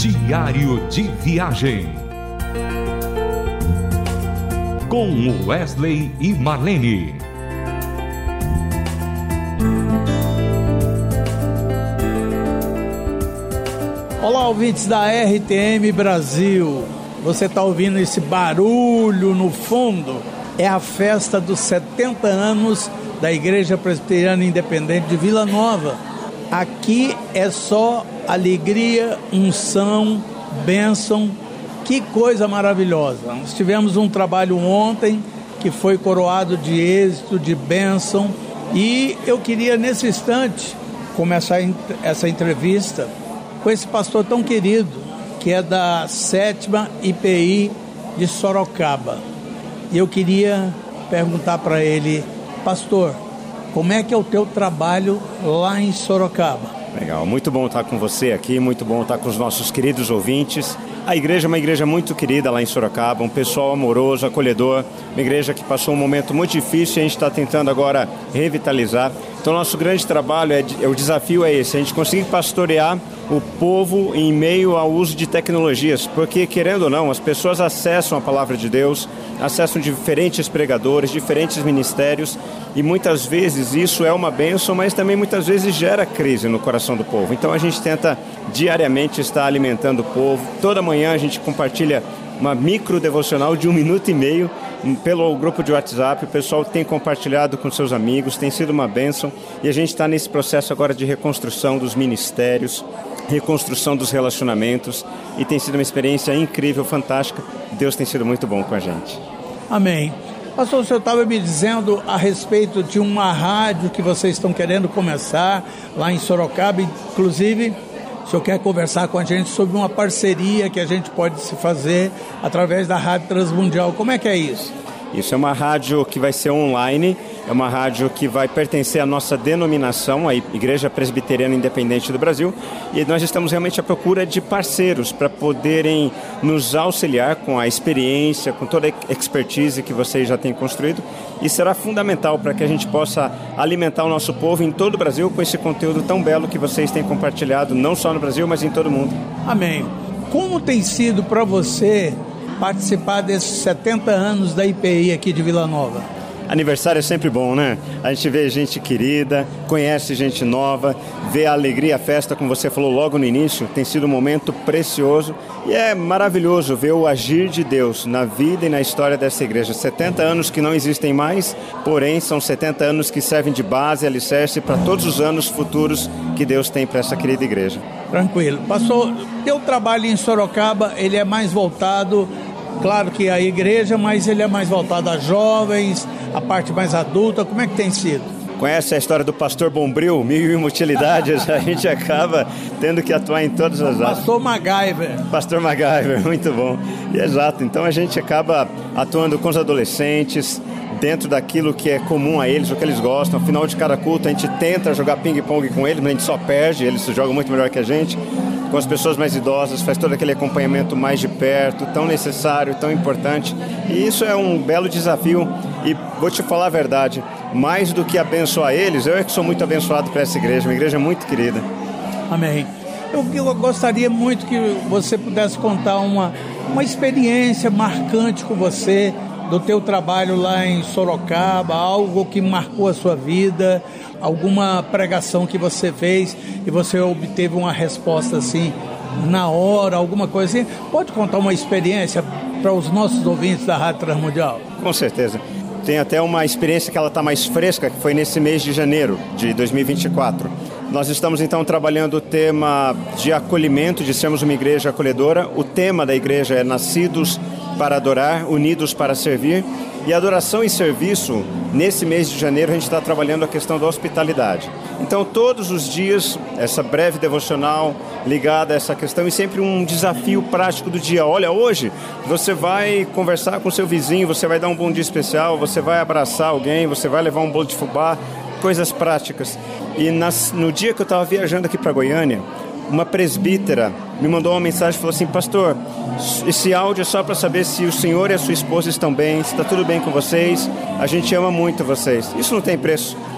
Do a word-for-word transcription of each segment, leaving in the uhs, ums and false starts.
Diário de Viagem, com Wesley e Marlene. Olá, ouvintes da R T M Brasil. Você está ouvindo esse barulho no fundo? É a festa dos setenta anos da Igreja Presbiteriana Independente de Vila Nova. Aqui é só alegria, unção, bênção. Que coisa maravilhosa. Nós tivemos um trabalho ontem que foi coroado de êxito, de bênção. E eu queria, nesse instante, começar essa entrevista com esse pastor tão querido, que é da sétima I P I de Sorocaba. E eu queria perguntar para ele: pastor, como é que é o teu trabalho lá em Sorocaba? Legal, muito bom estar com você aqui, muito bom estar com os nossos queridos ouvintes. A igreja é uma igreja muito querida lá em Sorocaba, um pessoal amoroso, acolhedor, uma igreja que passou um momento muito difícil e a gente está tentando agora revitalizar. Então, nosso grande trabalho, é, é o desafio é esse, a gente conseguir pastorear o povo em meio ao uso de tecnologias, porque, querendo ou não, as pessoas acessam a palavra de Deus, acessam diferentes pregadores, diferentes ministérios, e muitas vezes isso é uma bênção, mas também muitas vezes gera crise no coração do povo. Então, a gente tenta diariamente estar alimentando o povo. Toda manhã a gente compartilha uma micro devocional de um minuto e meio pelo grupo de WhatsApp. O pessoal tem compartilhado com seus amigos, tem sido uma bênção, e a gente está nesse processo agora de reconstrução dos ministérios, reconstrução dos relacionamentos, e tem sido uma experiência incrível, fantástica. Deus tem sido muito bom com a gente. Amém. Pastor, o senhor estava me dizendo a respeito de uma rádio que vocês estão querendo começar lá em Sorocaba. Inclusive, o senhor quer conversar com a gente sobre uma parceria que a gente pode se fazer através da Rádio Transmundial. Como é que é isso? Isso é uma rádio que vai ser online, é uma rádio que vai pertencer à nossa denominação, a Igreja Presbiteriana Independente do Brasil, e nós estamos realmente à procura de parceiros para poderem nos auxiliar com a experiência, com toda a expertise que vocês já têm construído, e será fundamental para que a gente possa alimentar o nosso povo em todo o Brasil com esse conteúdo tão belo que vocês têm compartilhado, não só no Brasil, mas em todo o mundo. Amém. Como tem sido para você participar desses setenta anos da I P I aqui de Vila Nova? Aniversário é sempre bom, né? A gente vê gente querida, conhece gente nova, vê a alegria, a festa, como você falou logo no início, tem sido um momento precioso e é maravilhoso ver o agir de Deus na vida e na história dessa igreja. setenta anos que não existem mais, porém são setenta anos que servem de base e alicerce para todos os anos futuros que Deus tem para essa querida igreja. Tranquilo. Pastor, teu trabalho em Sorocaba, ele é mais voltado, claro que a igreja, mas ele é mais voltado a jovens, a parte mais adulta. Como é que tem sido? Conhece a história do pastor Bombril, mil e uma utilidades, a gente acaba tendo que atuar em todas as áreas. Pastor MacGyver. Pastor MacGyver, muito bom. E exato, então a gente acaba atuando com os adolescentes, dentro daquilo que é comum a eles, o que eles gostam. Ao final de cada culto a gente tenta jogar ping-pong com eles, mas a gente só perde, eles jogam muito melhor que a gente. Com as pessoas mais idosas, faz todo aquele acompanhamento mais de perto, tão necessário, tão importante. E isso é um belo desafio. E vou te falar a verdade, mais do que abençoar eles, eu é que sou muito abençoado por essa igreja, uma igreja muito querida. Amém. Eu, eu gostaria muito que você pudesse contar uma, uma experiência marcante com você, do teu trabalho lá em Sorocaba, algo que marcou a sua vida, alguma pregação que você fez e você obteve uma resposta assim, na hora, alguma coisa assim. Pode contar uma experiência para os nossos ouvintes da Rádio Transmundial? Com certeza. Tem até uma experiência que ela está mais fresca, que foi nesse mês de janeiro de dois mil e vinte e quatro. Nós estamos então trabalhando o tema de acolhimento, de sermos uma igreja acolhedora. O tema da igreja é Nascidos para Adorar, Unidos para Servir. E adoração e serviço, nesse mês de janeiro, a gente está trabalhando a questão da hospitalidade. Então, todos os dias, essa breve devocional ligada a essa questão e sempre um desafio prático do dia. Olha, hoje você vai conversar com seu vizinho, você vai dar um bom dia especial, você vai abraçar alguém, você vai levar um bolo de fubá, coisas práticas. E nas, no dia que eu estava viajando aqui para Goiânia, uma presbítera me mandou uma mensagem e falou assim: pastor, esse áudio é só para saber se o senhor e a sua esposa estão bem, se está tudo bem com vocês, a gente ama muito vocês. Isso não tem preço.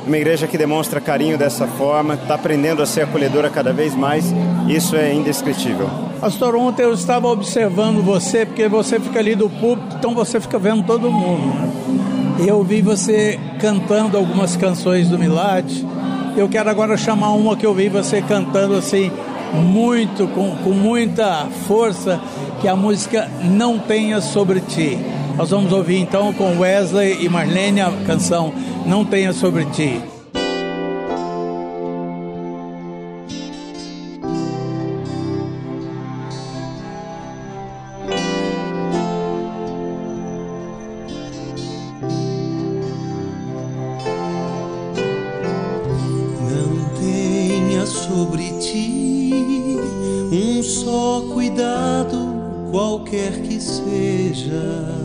uma igreja que demonstra carinho dessa forma, está aprendendo a ser acolhedora cada vez mais, isso é indescritível. Pastor, ontem eu estava observando você, porque você fica ali do púlpito, então você fica vendo todo mundo, né? Eu vi você cantando algumas canções do Milagre. Eu quero agora chamar uma que eu vi você cantando assim, muito, com, com muita força, que é a música Não Tenha Sobre Ti. Nós vamos ouvir então com Wesley e Marlene a canção Não Tenha Sobre Ti. Sobre ti um só cuidado, qualquer que seja,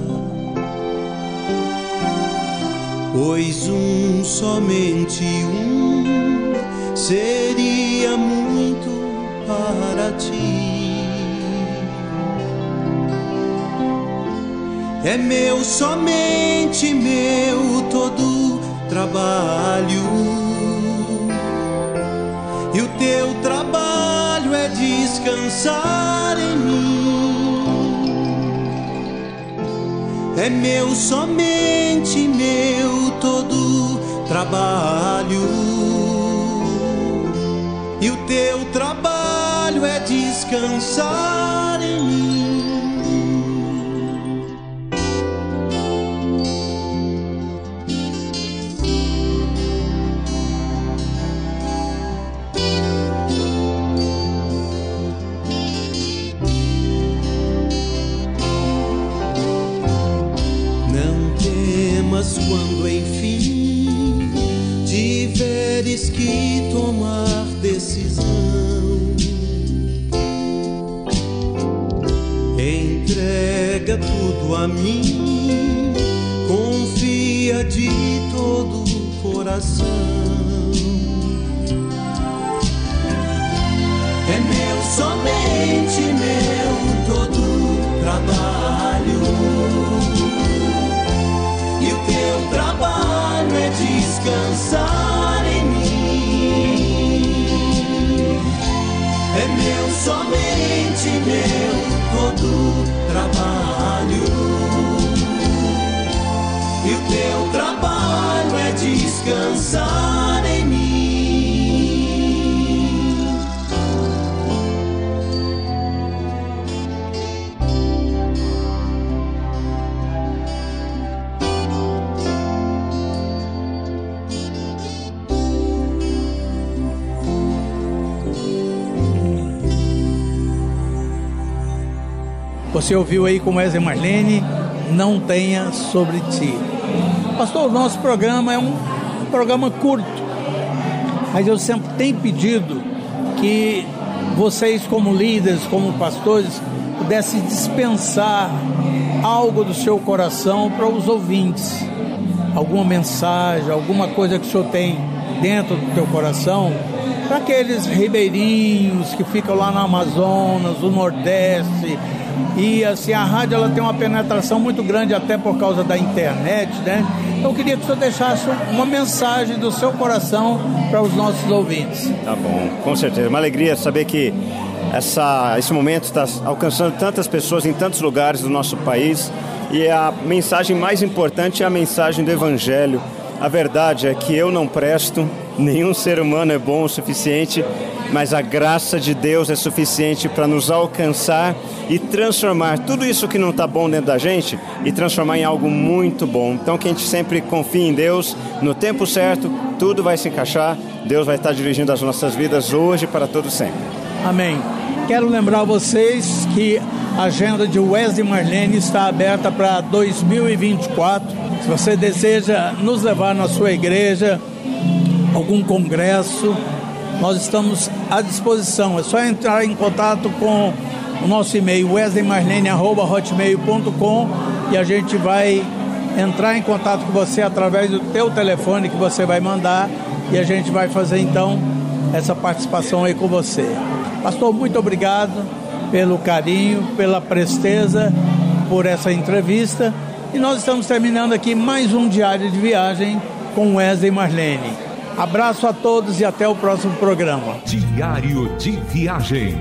pois um, somente um, seria muito para ti. É meu, somente meu, todo trabalho. E o teu trabalho é descansar em mim. É meu, somente meu, todo trabalho. E o teu trabalho é descansar em mim. Quando enfim tiveres que tomar decisão, entrega tudo a mim, confia de todo o coração. É meu, somente meu, todo trabalho. E o teu trabalho é descansar em mim. É meu, somente meu, todo trabalho. E o teu trabalho é descansar em mim. Você ouviu aí com Wesley e Marlene, Não Tenha Sobre Ti. Pastor, o nosso programa é um, um programa curto, mas eu sempre tenho pedido que vocês, como líderes, como pastores, pudessem dispensar algo do seu coração para os ouvintes. Alguma mensagem, alguma coisa que o senhor tem dentro do teu coração, para aqueles ribeirinhos que ficam lá no Amazonas, no Nordeste. E assim, a rádio ela tem uma penetração muito grande até por causa da internet, né? Então eu queria que o senhor deixasse uma mensagem do seu coração para os nossos ouvintes. Tá bom, com certeza. Uma alegria saber que essa, esse momento está alcançando tantas pessoas em tantos lugares do nosso país. E a mensagem mais importante é a mensagem do Evangelho. A verdade é que eu não presto, nenhum ser humano é bom o suficiente, mas a graça de Deus é suficiente para nos alcançar e transformar tudo isso que não está bom dentro da gente e transformar em algo muito bom. Então que a gente sempre confie em Deus, no tempo certo, tudo vai se encaixar, Deus vai estar dirigindo as nossas vidas hoje para todo sempre. Amém. Quero lembrar vocês que a agenda de Wesley e Marlene está aberta para dois mil e vinte e quatro. Se você deseja nos levar na sua igreja, algum congresso, nós estamos à disposição. É só entrar em contato com o nosso e-mail wesley marlene arroba hotmail ponto com e a gente vai entrar em contato com você através do teu telefone que você vai mandar e a gente vai fazer então essa participação aí com você. Pastor, muito obrigado pelo carinho, pela presteza, por essa entrevista, e nós estamos terminando aqui mais um Diário de Viagem com Wesley e Marlene. Abraço a todos e até o próximo programa. Diário de Viagem,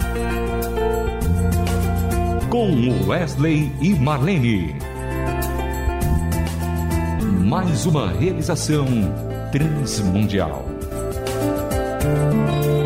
com Wesley e Marlene. Mais uma realização Transmundial.